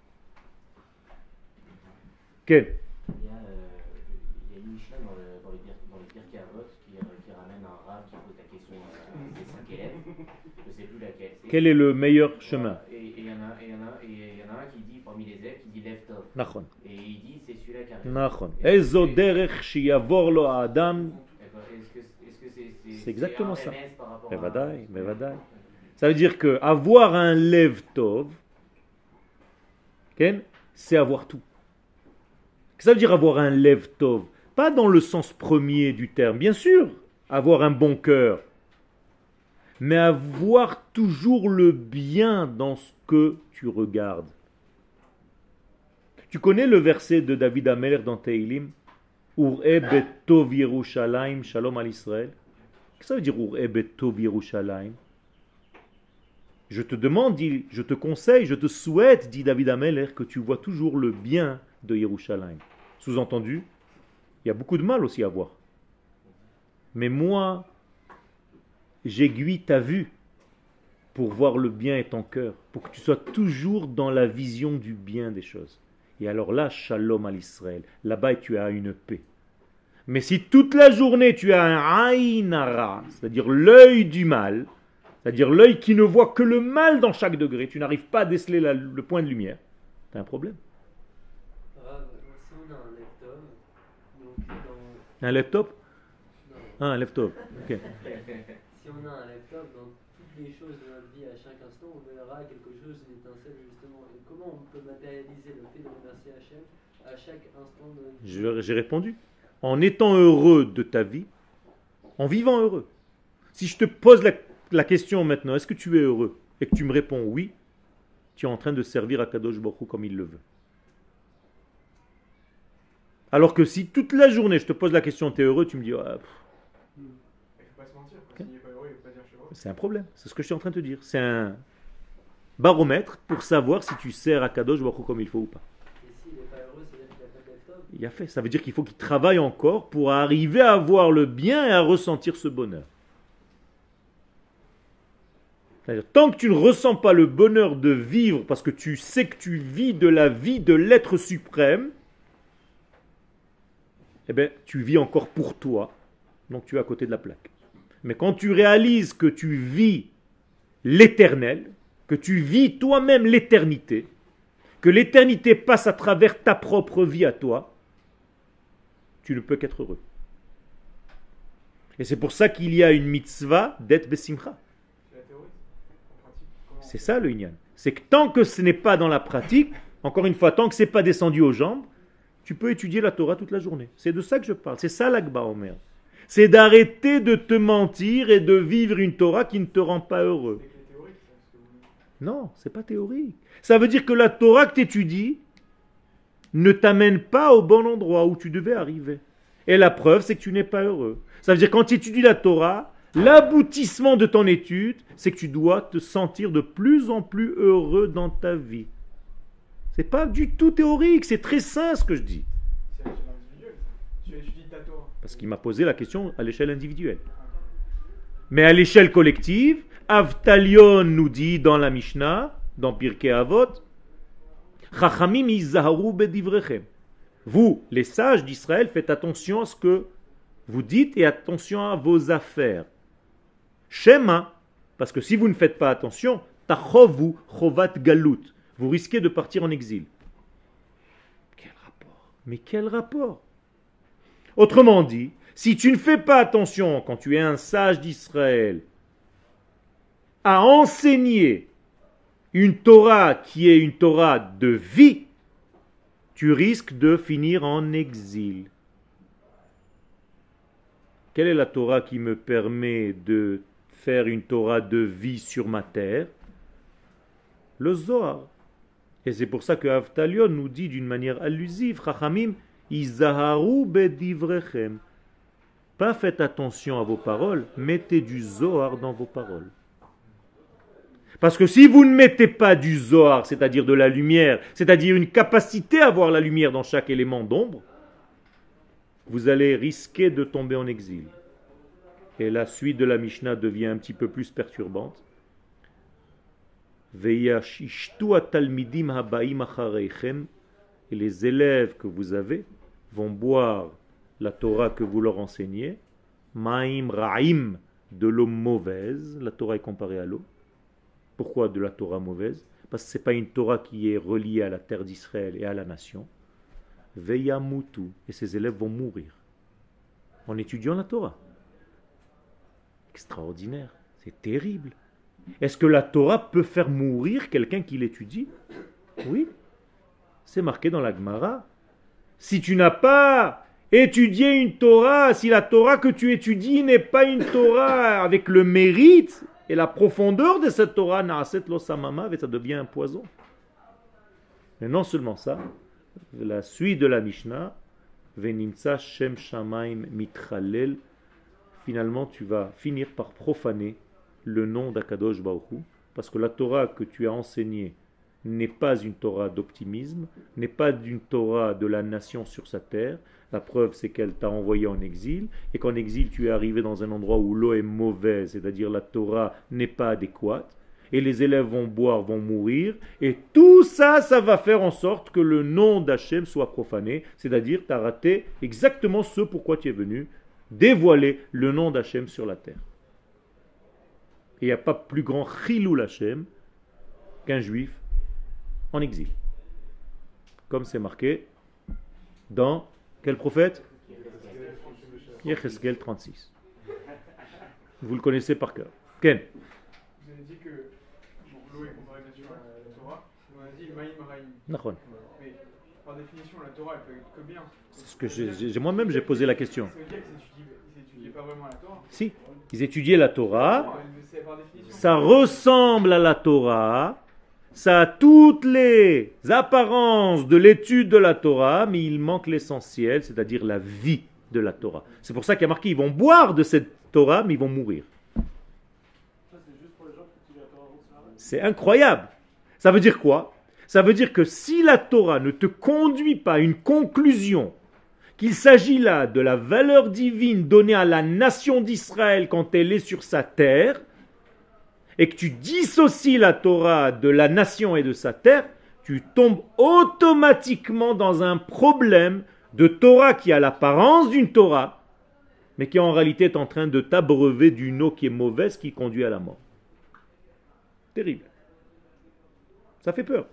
Quel? Il y a, euh, il y a une Mishnah dans, le, dans les dans les Pirkei Avot qui, euh, qui ramène un rab qui pose la question à ses cinq élèves. Je ne sais plus laquelle. C'est. Quel est le meilleur chemin? Et il y en a, et y en a, et y en a un qui dit parmi les élèves qui dit Lev Tov. Nachon. Et il dit c'est celui-là qui a raison. Nachon. Ezo derech sheyavor lo Adam. Est-ce que est-ce que c'est c'est, C'est exactement c'est un ça. M S par rapport Mevadaï, à... mevadaï. Ça veut dire que avoir un Lev Tov, c'est avoir tout. Ça veut dire avoir un Lev Tov, pas dans le sens premier du terme, bien sûr, avoir un bon cœur, mais avoir toujours le bien dans ce que tu regardes. Tu connais le verset de David Ameler dans Teilim, Ur'e betov Yerushalayim, Shalom al Israël. Qu'est-ce que ça veut dire Ur'e betov Yerushalayim? Je te demande, dit, je te conseille, je te souhaite, dit David Ameler, que tu vois toujours le bien de Yerushalayim. Sous-entendu, il y a beaucoup de mal aussi à voir. Mais moi, j'aiguille ta vue pour voir le bien et ton cœur, pour que tu sois toujours dans la vision du bien des choses. Et alors là, Shalom à l'Israël, là-bas tu as une paix. Mais si toute la journée tu as un Aïn Hara, c'est-à-dire l'œil du mal, c'est-à-dire l'œil qui ne voit que le mal dans chaque degré, tu n'arrives pas à déceler la, le point de lumière, tu as un problème. Si on a un laptop, donc dans... Un laptop? Non. Ah, un laptop, ok. Si on a un laptop, dans toutes les choses de notre vie, à chaque instant, on verra quelque chose, une étincelle justement. Et comment on peut matérialiser le fait de remercier Hachem à chaque instant de notre vie? Je- J'ai répondu. En étant heureux de ta vie, en vivant heureux. Si je te pose la, la question maintenant, est-ce que tu es heureux? Et que tu me réponds oui, tu es en train de servir à Kadosh Baruch Hu comme il le veut. Alors que si toute la journée je te pose la question, tu es heureux, tu me dis, ah, pff, Il ne faut pas se mentir. S'il n'est pas heureux, il ne faut pas dire je suis heureux. c'est un problème. C'est ce que je suis en train de te dire. C'est un baromètre pour savoir si tu sers à Kadosh Baruch Hu comme il faut ou pas. Et s'il n'est pas heureux, c'est-à-dire qu'il n'a pas de laptop. Il a fait. Ça veut dire qu'il faut qu'il travaille encore pour arriver à voir le bien et à ressentir ce bonheur. C'est-à-dire, tant que tu ne ressens pas le bonheur de vivre parce que tu sais que tu vis de la vie de l'être suprême, eh bien, tu vis encore pour toi, donc tu es à côté de la plaque. Mais quand tu réalises que tu vis l'éternel, que tu vis toi-même l'éternité, que l'éternité passe à travers ta propre vie à toi, tu ne peux qu'être heureux. Et c'est pour ça qu'il y a une mitzvah d'être besimcha. C'est la théorie. En pratique, comment on C'est fait ça le inyan. C'est que tant que ce n'est pas dans la pratique, encore une fois, tant que ce n'est pas descendu aux jambes, tu peux étudier la Torah toute la journée. C'est de ça que je parle. C'est ça l'Akba Omer. C'est d'arrêter de te mentir et de vivre une Torah qui ne te rend pas heureux. avec les théories, c'est ce que vous dites. Non, c'est pas théorique. Ça veut dire que la Torah que tu étudies ne t'amène pas au bon endroit où tu devais arriver. Et la preuve, c'est que tu n'es pas heureux. Ça veut dire que quand tu étudies la Torah, l'aboutissement de ton étude, c'est que tu dois te sentir de plus en plus heureux dans ta vie. C'est pas du tout théorique, c'est très sain ce que je dis. C'est à l'échelle individuelle. ça. Tu étudies ta Torah. Parce qu'il m'a posé la question à l'échelle individuelle. Mais à l'échelle collective, Avtalion nous dit dans la Mishnah, dans Pirkei Avot, Chachamim izaharu bedivrechem. Vous, les sages d'Israël, faites attention à ce que vous dites et attention à vos affaires. Shema, parce que si vous ne faites pas attention, tachovu chovat galut. Vous risquez de partir en exil. Quel rapport? Mais quel rapport? Autrement dit, si tu ne fais pas attention quand tu es un sage d'Israël à enseigner une Torah qui est une Torah de vie, tu risques de finir en exil. Quelle est la Torah qui me permet de faire une Torah de vie sur ma terre? Le Zohar. Et c'est pour ça que Avtalion nous dit d'une manière allusive, Chachamim, Izaharu bedivrechem. Pas faites attention à vos paroles, mettez du Zohar dans vos paroles. Parce que si vous ne mettez pas du Zohar, c'est-à-dire de la lumière, c'est-à-dire une capacité à voir la lumière dans chaque élément d'ombre, vous allez risquer de tomber en exil. Et la suite de la Mishnah devient un petit peu plus perturbante. Veyashishtu atalmidim habaim achareichem, et les élèves que vous avez vont boire la Torah que vous leur enseignez, ma'im ra'im, de l'eau mauvaise. La Torah est comparée à l'eau. Pourquoi de la Torah mauvaise? Parce que ce n'est pas une Torah qui est reliée à la terre d'Israël et à la nation. Veyamutu, et ces élèves vont mourir en étudiant la Torah. Extraordinaire, c'est terrible. Est-ce que la Torah peut faire mourir quelqu'un qui l'étudie? Oui, c'est marqué dans la Gemara. Si tu n'as pas étudié une Torah, si la Torah que tu étudies n'est pas une Torah avec le mérite et la profondeur de cette Torah, na'aset lo samama, ça devient un poison. Mais non seulement ça, la suite de la Mishnah, venimtsa shem shamaim mitchalel, finalement tu vas finir par profaner le nom d'Akadosh Baruch Hu, parce que la Torah que tu as enseignée n'est pas une Torah d'optimisme, n'est pas une Torah de la nation sur sa terre. La preuve, c'est qu'elle t'a envoyé en exil, et qu'en exil, tu es arrivé dans un endroit où l'eau est mauvaise, c'est-à-dire la Torah n'est pas adéquate, et les élèves vont boire, vont mourir, et tout ça, ça va faire en sorte que le nom d'Hachem soit profané, c'est-à-dire tu as raté exactement ce pourquoi tu es venu, dévoiler le nom d'Hachem sur la terre. Et il n'y a pas plus grand chilul Hachem qu'un juif en exil. Comme c'est marqué dans quel prophète? Yecheskel trente-six. Vous le connaissez par cœur. Ken? Vous avez dit que bon, l'eau est comparée bien sûr à la Torah. On a dit Maïm Raïm. Nachon. Mais par définition, la Torah, elle peut être que bien. C'est ce que j'ai, j'ai- moi-même j'ai posé la question. Ça veut dire qu'ils n'étudiaient pas vraiment la Torah. Si, ils étudiaient la Torah, C'est par définition. ça ressemble à la Torah, ça a toutes les apparences de l'étude de la Torah, mais il manque l'essentiel, c'est-à-dire la vie de la Torah. C'est pour ça qu'il y a marqué, ils vont boire de cette Torah, mais ils vont mourir. C'est incroyable. Ça veut dire quoi? Ça veut dire que si la Torah ne te conduit pas à une conclusion, qu'il s'agit là de la valeur divine donnée à la nation d'Israël quand elle est sur sa terre, et que tu dissocies la Torah de la nation et de sa terre, tu tombes automatiquement dans un problème de Torah qui a l'apparence d'une Torah, mais qui en réalité est en train de t'abreuver d'une eau qui est mauvaise, qui conduit à la mort. Terrible. Ça fait peur.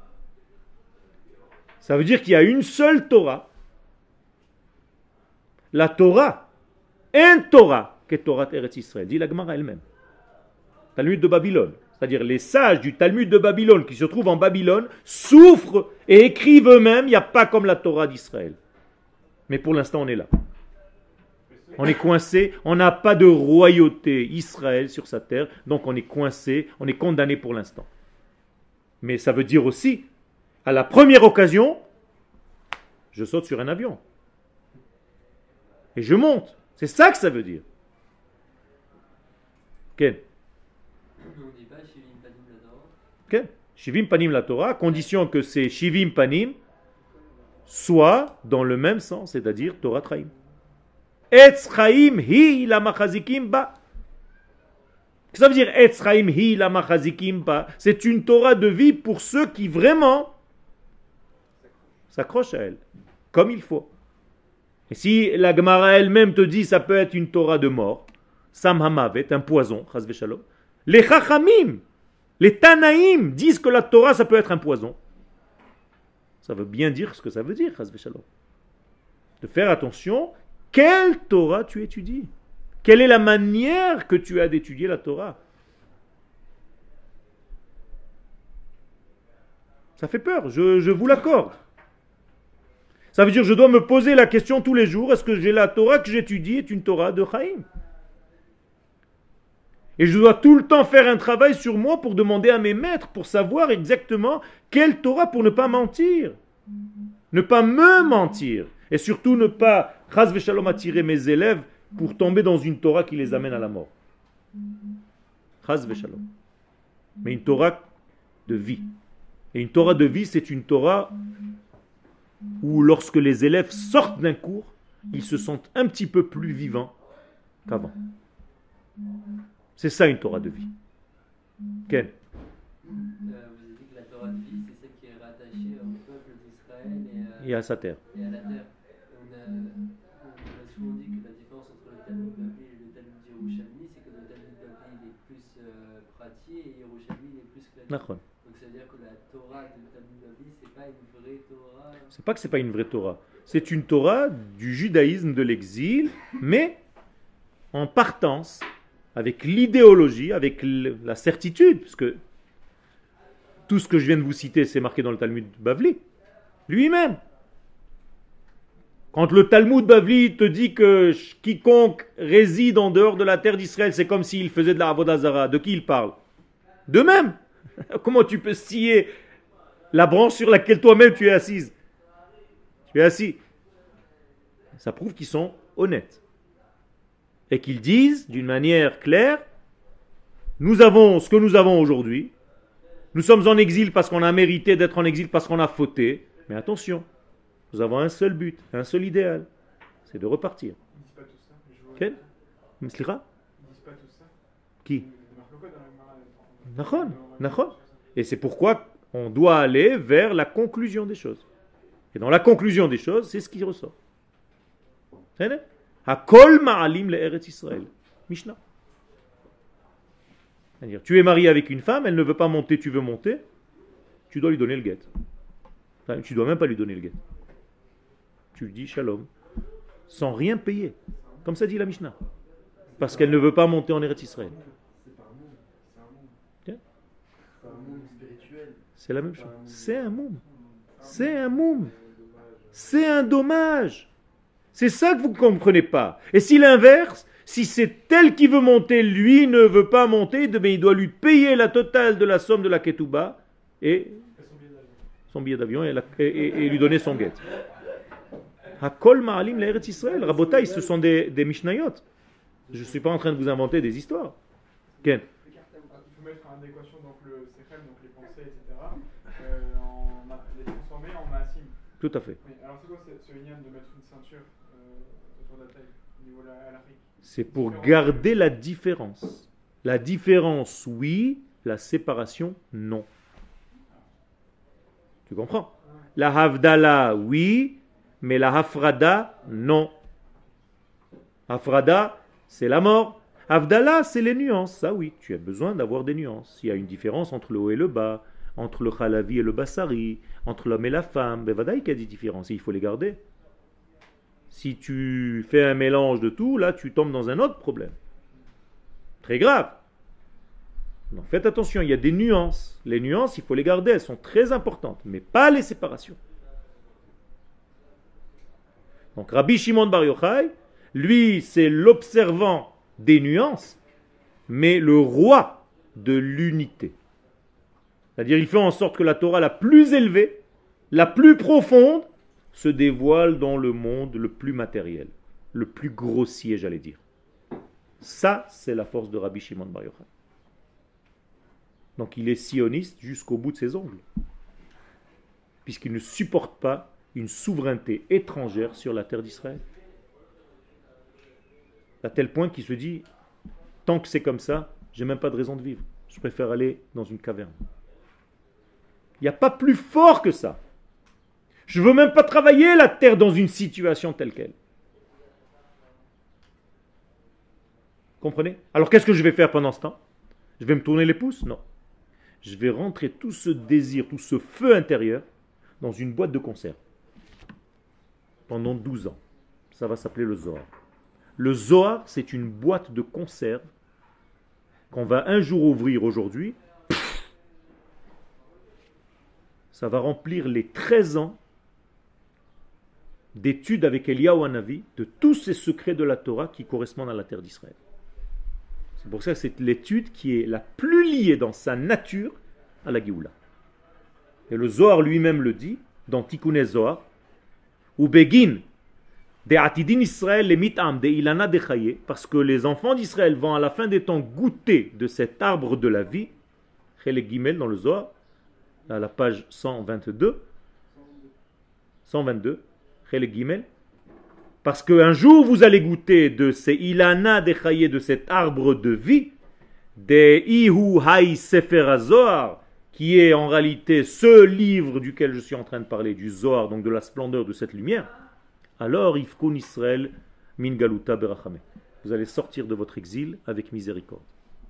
Ça veut dire qu'il y a une seule Torah, la Torah, un Torah, que Torah Eretz Israël, dit la Gemara elle-même. Talmud de Babylone. C'est-à-dire les sages du Talmud de Babylone qui se trouvent en Babylone souffrent et écrivent eux-mêmes, il n'y a pas comme la Torah d'Israël. Mais pour l'instant on est là. On est coincé, on n'a pas de royauté Israël sur sa terre, donc on est coincé, on est condamné pour l'instant. Mais ça veut dire aussi, à la première occasion, je saute sur un avion. Et je monte. C'est ça que ça veut dire. Ken? On dit pas Shivim Panim la Torah. Ken? Shivim Panim la Torah, condition que ces Shivim Panim soient dans le même sens, c'est-à-dire Torah Traim. Etz Chaim hi la machazikim ba. Qu'est-ce que ça veut dire Etz Chaim hi la machazikim ba? C'est une Torah de vie pour ceux qui vraiment s'accrochent à elle, comme il faut. Et si la Gemara elle-même te dit ça peut être une Torah de mort, Sam Hamavet, un poison, chas v'shalom. Les Chachamim, les Tanaïm disent que la Torah ça peut être un poison. Ça veut bien dire ce que ça veut dire, chas v'shalom. De faire attention, quelle Torah tu étudies? Quelle est la manière que tu as d'étudier la Torah? Ça fait peur, je, je vous l'accorde. Ça veut dire que je dois me poser la question tous les jours, est-ce que j'ai la Torah que j'étudie est une Torah de Chaim? Et je dois tout le temps faire un travail sur moi pour demander à mes maîtres, pour savoir exactement quelle Torah pour ne pas mentir. Ne pas me mentir. Et surtout ne pas, chas v'shalom, attirer mes élèves pour tomber dans une Torah qui les amène à la mort. Chas v'shalom. Mais une Torah de vie. Et une Torah de vie, c'est une Torah où lorsque les élèves sortent d'un cours, ils se sentent un petit peu plus vivants qu'avant. C'est ça une Torah de vie. Ken? Euh, vous avez dit que la Torah de vie, c'est celle qui est rattachée au peuple d'Israël et, euh, Et à sa terre. et à la terre. On a, on a souvent dit que la différence entre le Talmud Bavli et le Talmud Yerushalmi, c'est que le Talmud Bavli il est plus euh, pratiqué et Yerushalmi il est plus classique. D'accord. Donc ça veut dire que la Torah du Talmud Bavli, c'est pas une vraie Torah. C'est pas que c'est pas une vraie Torah. C'est une Torah du judaïsme de l'exil, mais en partance avec l'idéologie, avec la certitude, parce que tout ce que je viens de vous citer, c'est marqué dans le Talmud Bavli, lui-même. Quand le Talmud Bavli te dit que quiconque réside en dehors de la terre d'Israël, c'est comme s'il faisait de la Avodah Zara, de qui il parle? D'eux-mêmes. Comment tu peux scier la branche sur laquelle toi-même tu es assise? Tu es assis. Ça prouve qu'ils sont honnêtes. Et qu'ils disent d'une manière claire, nous avons ce que nous avons aujourd'hui, nous sommes en exil parce qu'on a mérité d'être en exil parce qu'on a fauté, mais attention, nous avons un seul but, un seul idéal, c'est de repartir. Ils disent pas tout ça. mais je vois- Quel? Mislira? Ils disent pas tout ça. Qui? Ils marquent quoi dans la Gemara? Nachon, nachon. Et c'est pourquoi on doit aller vers la conclusion des choses. Et dans la conclusion des choses, c'est ce qui ressort. C'est vrai? Hakol ma'alim le'eretz Israël. Mishnah. C'est-à-dire, tu es marié avec une femme, elle ne veut pas monter, tu veux monter, tu dois lui donner le guet. Enfin, tu dois même pas lui donner le guet. Tu lui dis shalom, sans rien payer. Comme ça dit la Mishnah. Parce qu'elle ne veut pas monter en Eretz Israël. C'est pas un monde, c'est un monde. Tiens. C'est un monde spirituel. C'est la même chose. C'est un moum. C'est un moum. C'est un dommage. C'est ça que vous ne comprenez pas. Et si l'inverse, si c'est elle qui veut monter, lui ne veut pas monter, mais il doit lui payer la totale de la somme de la ketouba et son billet d'avion et, la- et- et- et lui donner son guet. Hakol ma'alim l'Eretz Israël. Rabotai, ce sont des, des mishnayot. Je ne suis pas en train de vous inventer des histoires. Ken? Il faut mettre en adéquation donc le sechel, donc les pensées, et cetera. Euh, en, ma- les transformer en maasim. Tout à fait. Mais alors c'est quoi ce, ce lien de mettre une ceinture euh, autour de la taille au niveau de la halakhique? C'est pour garder la différence. La différence, oui. La séparation, non. Tu comprends? La havdala, oui. Mais la hafrada, non. Hafrada, c'est la mort. Havdala, c'est les nuances. Ça, oui, tu as besoin d'avoir des nuances. Il y a une différence entre le haut et le bas, entre le khalavi et le bassari, entre l'homme et la femme. Ben, vadaï qu'il y a des différences et il faut les garder. Si tu fais un mélange de tout, là tu tombes dans un autre problème. Très grave. Donc faites attention, il y a des nuances. Les nuances, il faut les garder, elles sont très importantes, mais pas les séparations. Donc Rabbi Shimon Bar Yochai, lui, c'est l'observant des nuances, mais le roi de l'unité. C'est-à-dire, il fait en sorte que la Torah la plus élevée, la plus profonde, se dévoile dans le monde le plus matériel, le plus grossier, j'allais dire. Ça, c'est la force de Rabbi Shimon Bar Yochai. Donc il est sioniste jusqu'au bout de ses ongles, puisqu'il ne supporte pas une souveraineté étrangère sur la terre d'Israël. À tel point qu'il se dit, tant que c'est comme ça, j'ai même pas de raison de vivre. Je préfère aller dans une caverne. Il n'y a pas plus fort que ça. Je ne veux même pas travailler la terre dans une situation telle qu'elle. Comprenez? Alors qu'est-ce que je vais faire pendant ce temps? Je vais me tourner les pouces? Non. Je vais rentrer tout ce désir, tout ce feu intérieur dans une boîte de conserve. Pendant douze ans. Ça va s'appeler le Zohar. Le Zohar, c'est une boîte de conserve qu'on va un jour ouvrir aujourd'hui. Ça va remplir les treize ans d'études avec Eliyahu Hanavi de tous ces secrets de la Torah qui correspondent à la terre d'Israël. C'est pour ça que c'est l'étude qui est la plus liée dans sa nature à la Géoula. Et le Zohar lui-même le dit dans Tikkunei Zohar, ou Begin de Atidin Israël les mitam de Ilana de Chaye, parce que les enfants d'Israël vont à la fin des temps goûter de cet arbre de la vie, Chelek Gimel dans le Zohar, à la page cent vingt-deux, cent vingt-deux, Chelek Gimel, parce qu'un jour vous allez goûter de ces Ilana de Chaye, de cet arbre de vie, de Ihu Hay Sefer HaZohar, qui est en réalité ce livre duquel je suis en train de parler, du Zohar, donc de la splendeur de cette lumière, alors Yifkun Israël min galuta berachame. Vous allez sortir de votre exil avec miséricorde.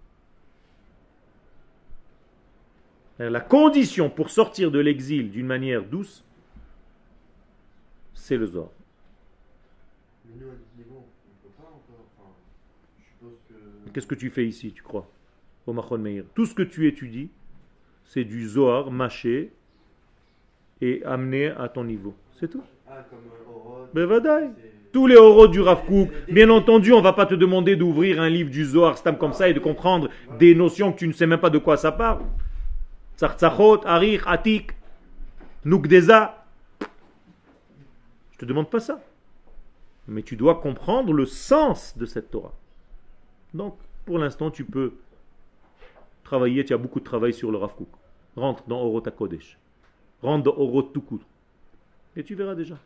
La condition pour sortir de l'exil d'une manière douce, c'est le Zohar. Mais nous, à notre niveau, on ne peut pas encore. Enfin, je suppose que. Qu'est-ce que tu fais ici, tu crois, au Machon Meir? Tout ce que tu étudies, c'est du Zohar mâché et amené à ton niveau. C'est tout. Ah, comme euh, Orod. Ben vadaï. Tous les oraux du Rav Kook. Bien entendu, on ne va pas te demander d'ouvrir un livre du Zohar stam comme ça et de comprendre des notions que tu ne sais même pas de quoi ça parle. Tzartzachot, Arich, Atik, Nukdeza. Je te demande pas ça. Mais tu dois comprendre le sens de cette Torah. Donc, pour l'instant, tu peux travailler. Tu as beaucoup de travail sur le Rav Kook. Rentre dans Orot HaKodesh. Rentre dans Orot Tukud. Et tu verras déjà.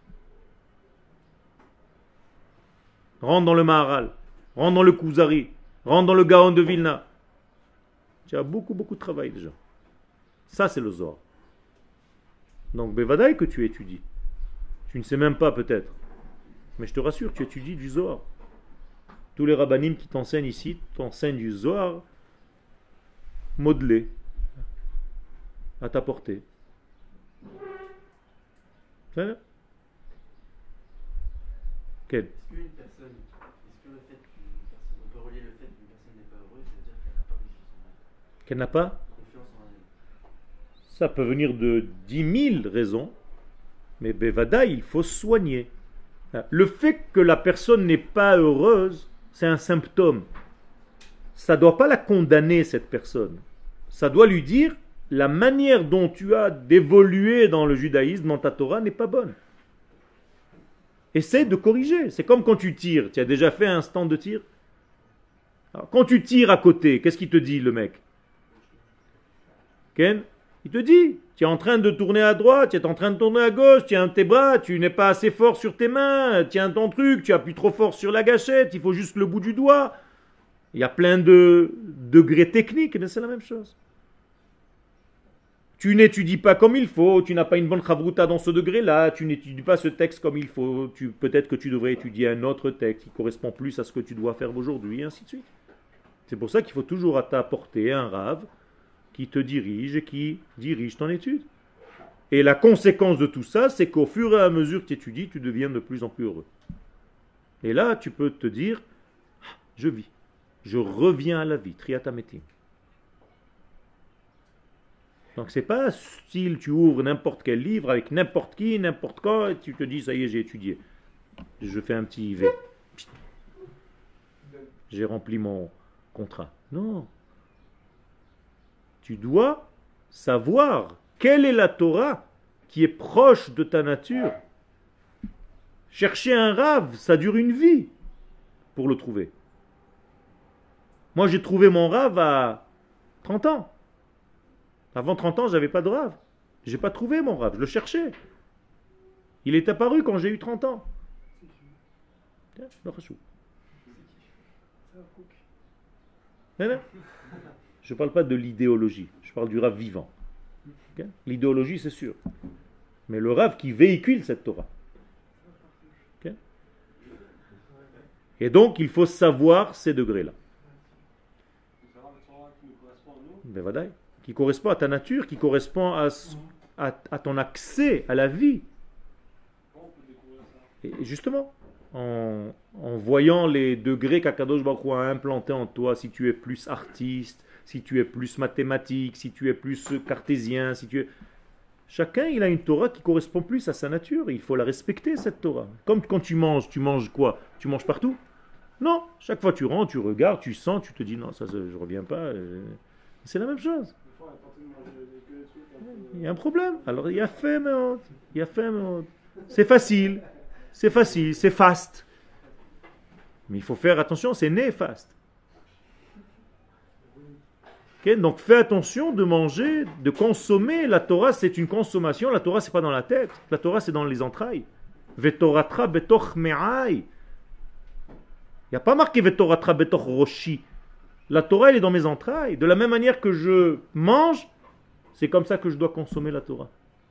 Rentre dans le Maharal. Rentre dans le Kuzari. Rentre dans le Gaon de Vilna. Tu as beaucoup, beaucoup de travail déjà. Ça, c'est le Zohar. Donc, Bevadaï que tu étudies. Tu ne sais même pas peut-être. Mais je te rassure, tu étudies du Zohar. Tous les rabbanim qui t'enseignent ici t'enseignent du Zohar modelé à ta portée. C'est vrai? Quel? Est-ce qu'une personne, est-ce que le fait qu'une personne, on peut relier le fait qu'une personne n'est pas heureuse, c'est-à-dire qu'elle n'a pas confiance en elle. Qu'elle n'a pas? Confiance en elle. Ça peut venir de dix mille raisons, mais Bevada, il faut soigner. Le fait que la personne n'est pas heureuse, c'est un symptôme. Ça ne doit pas la condamner, cette personne. Ça doit lui dire, la manière dont tu as d'évoluer dans le judaïsme, dans ta Torah, n'est pas bonne. Essaie de corriger. C'est comme quand tu tires. Tu as déjà fait un stand de tir? Alors, quand tu tires à côté, qu'est-ce qu'il te dit, le mec? Ken? Il te dit, tu es en train de tourner à droite, tu es en train de tourner à gauche, tiens tes bras, tu n'es pas assez fort sur tes mains, tiens ton truc, tu appuies trop fort sur la gâchette, il faut juste le bout du doigt. Il y a plein de degrés techniques, mais c'est la même chose. Tu n'étudies pas comme il faut, tu n'as pas une bonne chavruta dans ce degré-là, tu n'étudies pas ce texte comme il faut, tu, peut-être que tu devrais étudier un autre texte qui correspond plus à ce que tu dois faire aujourd'hui, et ainsi de suite. C'est pour ça qu'il faut toujours à ta portée un rave qui te dirige et qui dirige ton étude. Et la conséquence de tout ça, c'est qu'au fur et à mesure que tu étudies, tu deviens de plus en plus heureux. Et là, tu peux te dire, je vis, je reviens à la vie, triatamétim. Donc c'est pas style tu ouvres n'importe quel livre avec n'importe qui, n'importe quoi, et tu te dis ça y est j'ai étudié. Je fais un petit V. J'ai rempli mon contrat. Non. Tu dois savoir quelle est la Torah qui est proche de ta nature. Chercher un rave, ça dure une vie pour le trouver. Moi j'ai trouvé mon rave à trente ans. Avant trente ans, je n'avais pas de rave. Je n'ai pas trouvé mon rave, je le cherchais. Il est apparu quand j'ai eu trente ans. Je ne parle pas de l'idéologie, je parle du rave vivant. L'idéologie, c'est sûr. Mais le rave qui véhicule cette Torah. Et donc, il faut savoir ces degrés-là. Ben voilà. Qui correspond à ta nature, qui correspond à, à, à ton accès à la vie. Et justement, en, en voyant les degrés qu'Akadosh Baruch Hu a implantés en toi, si tu es plus artiste, si tu es plus mathématique, si tu es plus cartésien, si tu es... Chacun, il a une Torah qui correspond plus à sa nature. Il faut la respecter, cette Torah. Comme quand tu manges, tu manges quoi? Tu manges partout? Non. Chaque fois tu rentres, tu regardes, tu sens, tu te dis non, ça, ça je reviens pas. C'est la même chose. Il y a un problème. Alors il y a fait, mais il y a fait, mais c'est facile, c'est facile, c'est fast. Mais il faut faire attention, c'est néfaste. Okay? Donc fais attention de manger, de consommer. La Torah, c'est une consommation. La Torah, c'est pas dans la tête. La Torah, c'est dans les entrailles. Vetoratra betoch me'ai. Il n'y a pas marqué Vetoratra betoch roshi. La Torah, elle est dans mes entrailles. De la même manière que je mange, c'est comme ça que je dois consommer la Torah.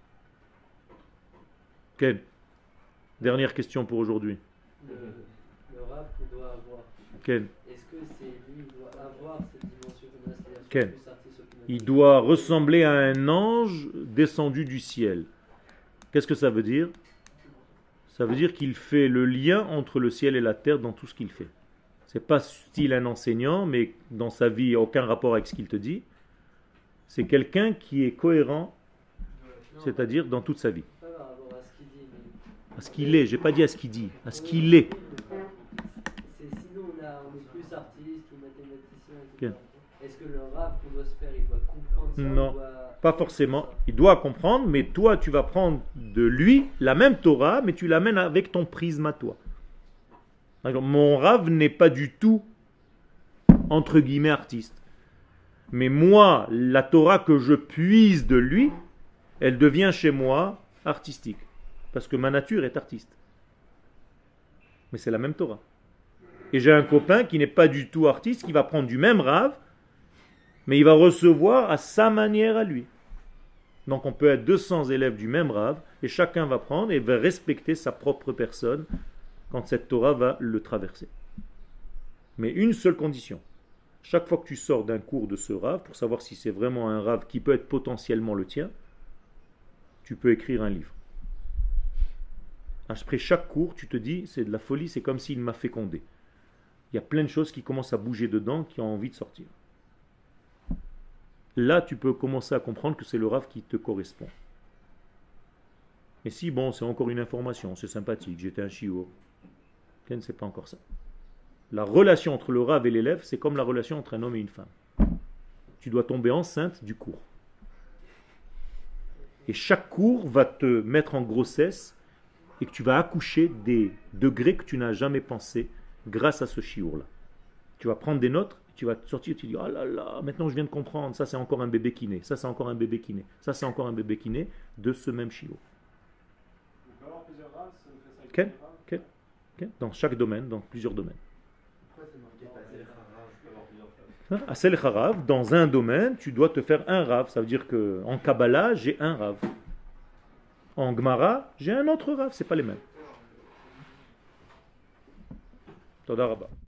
Quelle dernière question pour aujourd'hui. Le, le rave qu'on doit avoir. Quelle Est-ce que c'est lui qui doit avoir cette dimension qu'on a, c'est-à-dire Quelle plus artiste au final? Il doit ressembler à un ange descendu du ciel. Qu'est-ce que ça veut dire? Ça veut dire qu'il fait le lien entre le ciel et la terre dans tout ce qu'il fait. C'est pas style un enseignant, mais dans sa vie, il n'y a aucun rapport avec ce qu'il te dit. C'est quelqu'un qui est cohérent, c'est-à-dire dans toute sa vie. Pas par rapport à ce qu'il dit, mais... À ce qu'il est, j'ai pas dit à ce qu'il dit, à ce qu'il est. C'est, sinon on, a, on est plus artiste ou mathématicien, et cetera. Okay. Est-ce que le rave qu'on doit se faire, il doit comprendre ça? Non, il doit... pas forcément. Il doit comprendre, mais toi, tu vas prendre de lui la même Torah, mais tu l'amènes avec ton prisme à toi. Alors, mon rave n'est pas du tout, entre guillemets, artiste. Mais moi, la Torah que je puise de lui, elle devient chez moi artistique. Parce que ma nature est artiste. Mais c'est la même Torah. Et j'ai un copain qui n'est pas du tout artiste, qui va prendre du même rave, mais il va recevoir à sa manière à lui. Donc on peut être deux cents élèves du même rave, et chacun va prendre et va respecter sa propre personne quand cette Torah va le traverser. Mais une seule condition. Chaque fois que tu sors d'un cours de ce rave, pour savoir si c'est vraiment un rave qui peut être potentiellement le tien, tu peux écrire un livre. Après chaque cours, tu te dis, c'est de la folie, c'est comme s'il m'a fécondé. Il y a plein de choses qui commencent à bouger dedans, qui ont envie de sortir. Là, tu peux commencer à comprendre que c'est le rave qui te correspond. Et si, bon, c'est encore une information, c'est sympathique, j'étais un chiour. Ken, c'est pas encore ça. La relation entre le rave et l'élève, c'est comme la relation entre un homme et une femme. Tu dois tomber enceinte du cours. Et chaque cours va te mettre en grossesse et que tu vas accoucher des degrés que tu n'as jamais pensé grâce à ce chiour-là. Tu vas prendre des notes, tu vas te sortir, tu dis, oh là là, maintenant je viens de comprendre, ça c'est encore un bébé qui naît, ça c'est encore un bébé qui naît, ça c'est encore un bébé qui naît de ce même chiour. On peut avoir plusieurs races, ça nous fait ça avec Quel? les races. Quel? Quel? Dans chaque domaine, dans plusieurs domaines. Pourquoi c'est marqué pas assez le Harav? Asel Harav, dans un domaine, tu dois te faire un Rav. Ça veut dire qu'en Kabbalah, j'ai un Rav. En Gemara, j'ai un autre Rav. Ce n'est pas les mêmes. Toda Rabba.